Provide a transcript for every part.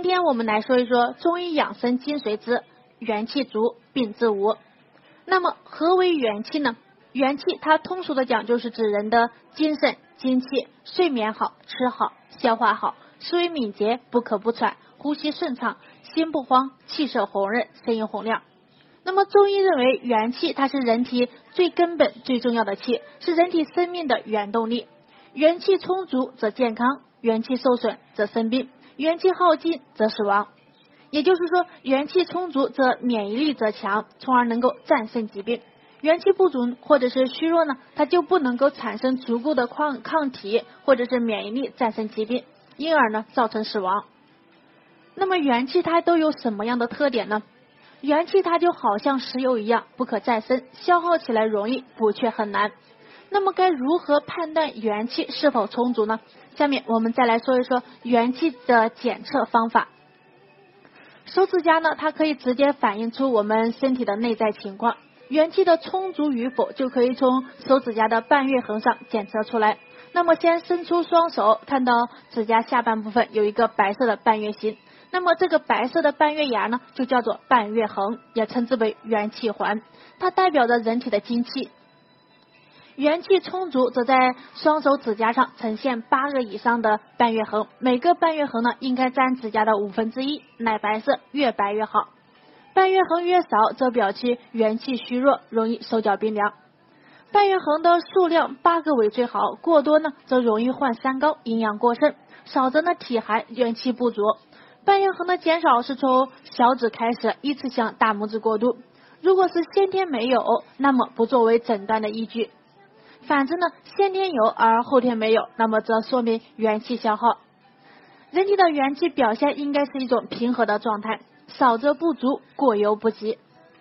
今天我们来说一说中医养生精髓之元气足，病自无。那么何为元气呢？元气它通俗的讲就是指人的精神、精气、睡眠好、吃好、消化好、思维敏捷、不咳不喘、呼吸顺畅、心不慌、气色红润、声音洪亮。那么中医认为元气它是人体最根本最重要的气，是人体生命的原动力。元气充足则健康，元气受损则生病，元气耗尽则死亡。也就是说，元气充足则免疫力则强，从而能够战胜疾病。元气不足或者是虚弱呢，它就不能够产生足够的抗体或者是免疫力战胜疾病，因而呢造成死亡。那么元气它都有什么样的特点呢？元气它就好像石油一样不可再生，消耗起来容易，补缺很难。那么该如何判断元气是否充足呢？下面我们再来说一说元气的检测方法。手指甲呢，它可以直接反映出我们身体的内在情况，元气的充足与否就可以从手指甲的半月痕上检测出来。那么先伸出双手，看到指甲下半部分有一个白色的半月形，那么这个白色的半月牙呢，就叫做半月痕，也称之为元气环，它代表着人体的精气。元气充足则在双手指甲上呈现8个以上的半月痕，每个半月痕呢应该占指甲的1/5，奶白色，越白越好。半月痕越少则表其元气虚弱，容易手脚冰凉。半月痕的数量8个为最好，过多呢则容易患三高，营养过剩，少则呢体寒，元气不足。半月痕的减少是从小指开始，依次向大拇指过渡。如果是先天没有，那么不作为诊断的依据。反之呢，先天有而后天没有，那么则说明元气消耗。人体的元气表现应该是一种平和的状态，少则不足，过犹不及。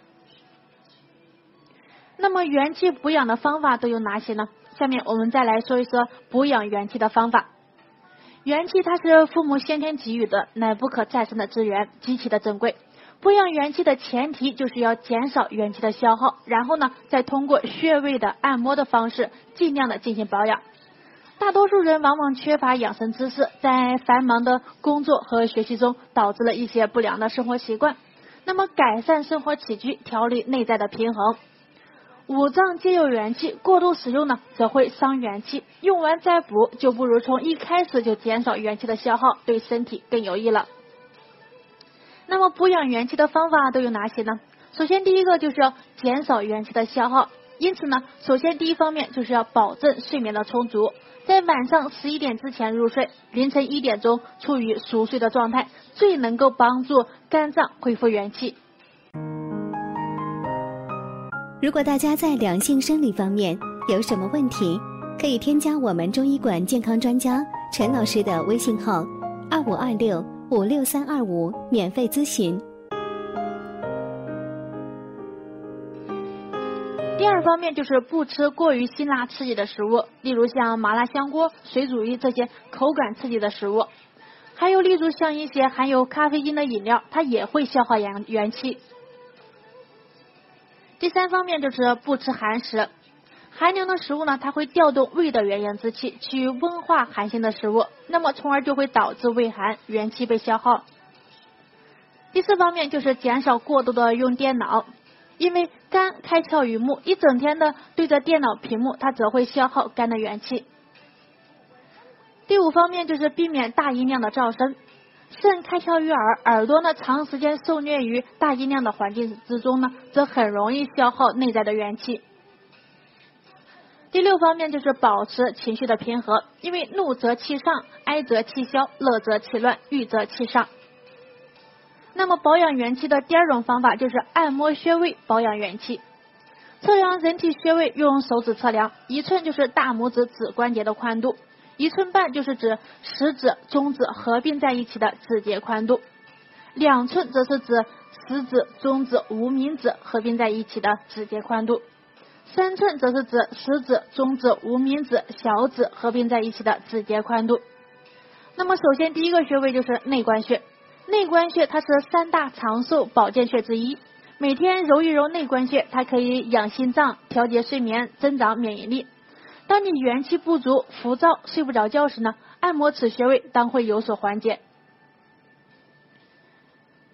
那么元气补养的方法都有哪些呢？下面我们再来说一说补养元气的方法。元气它是父母先天给予的，乃不可再生的资源，极其的珍贵。补养元气的前提就是要减少元气的消耗，然后呢再通过穴位的按摩的方式尽量的进行保养。大多数人往往缺乏养生知识，在繁忙的工作和学习中导致了一些不良的生活习惯。那么改善生活起居，调理内在的平衡。五脏皆有元气，过度使用呢则会伤元气，用完再补就不如从一开始就减少元气的消耗，对身体更有益了。那么补养元气的方法都有哪些呢？首先第一个就是要减少元气的消耗，因此呢，首先第一方面就是要保证睡眠的充足，在晚上11点之前入睡，凌晨1点钟处于熟睡的状态，最能够帮助肝脏恢复元气。 如果大家在两性生理方面有什么问题，可以添加我们中医馆健康专家陈老师的微信号2526-56325免费咨询。 第二方面就是不吃过于辛辣刺激的食物，例如像麻辣香锅、水煮鱼这些口感刺激的食物，还有例如像一些含有咖啡因的饮料，它也会消耗元气。第三方面就是不吃寒食，寒凉的食物呢，它会调动胃的元阳之气去温化寒性的食物，那么从而就会导致胃寒，元气被消耗。第四方面就是减少过度的用电脑，因为肝开窍于目，一整天的对着电脑屏幕，它则会消耗肝的元气。第五方面就是避免大音量的噪声，肾开窍于耳，耳朵呢长时间受虐于大音量的环境之中呢，则很容易消耗内在的元气。第六方面就是保持情绪的平和，因为怒则气上，哀则气消，乐则气乱，郁则气上。那么保养元气的第二种方法就是按摩穴位保养元气。测量人体穴位用手指测量，1寸就是大拇指指关节的宽度，1寸半就是指食指、中指合并在一起的指节宽度，2寸则是指食指、中指、无名指合并在一起的指节宽度，3寸则是指食指、中指、无名指、小指合并在一起的指节宽度。那么首先第一个穴位就是内关穴，内关穴它是3大长寿保健穴之一，每天揉一揉内关穴，它可以养心脏、调节睡眠、增长免疫力。当你元气不足、浮躁、睡不着觉时呢，按摩此穴位当会有所缓解。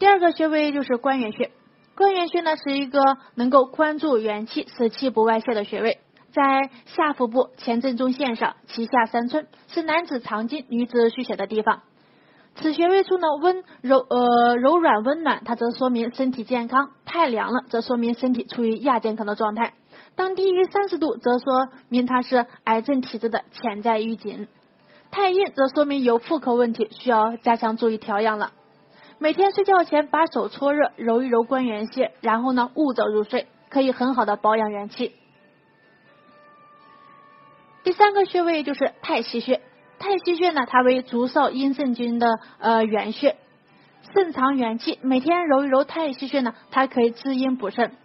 第二个穴位就是关元穴。关元穴呢是一个能够关注元气使气不外泄的穴位，在下腹部前正中线上，脐下3寸，是男子藏精女子蓄血的地方。此穴位处呢柔软温暖，它则说明身体健康；太凉了则说明身体处于亚健康的状态。当低于30度则说明它是癌症体质的潜在预警。太硬则说明有妇科问题，需要加强注意调养了。每天睡觉前把手搓热，揉一揉关元穴，然后呢捂着入睡，可以很好的保养元气。第三个穴位就是太溪穴。太溪穴呢，它为足少阴肾经的原穴，肾藏元气。每天揉一揉太溪穴呢，它可以滋阴补肾。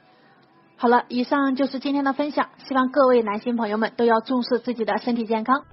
好了，以上就是今天的分享，希望各位男性朋友们都要重视自己的身体健康。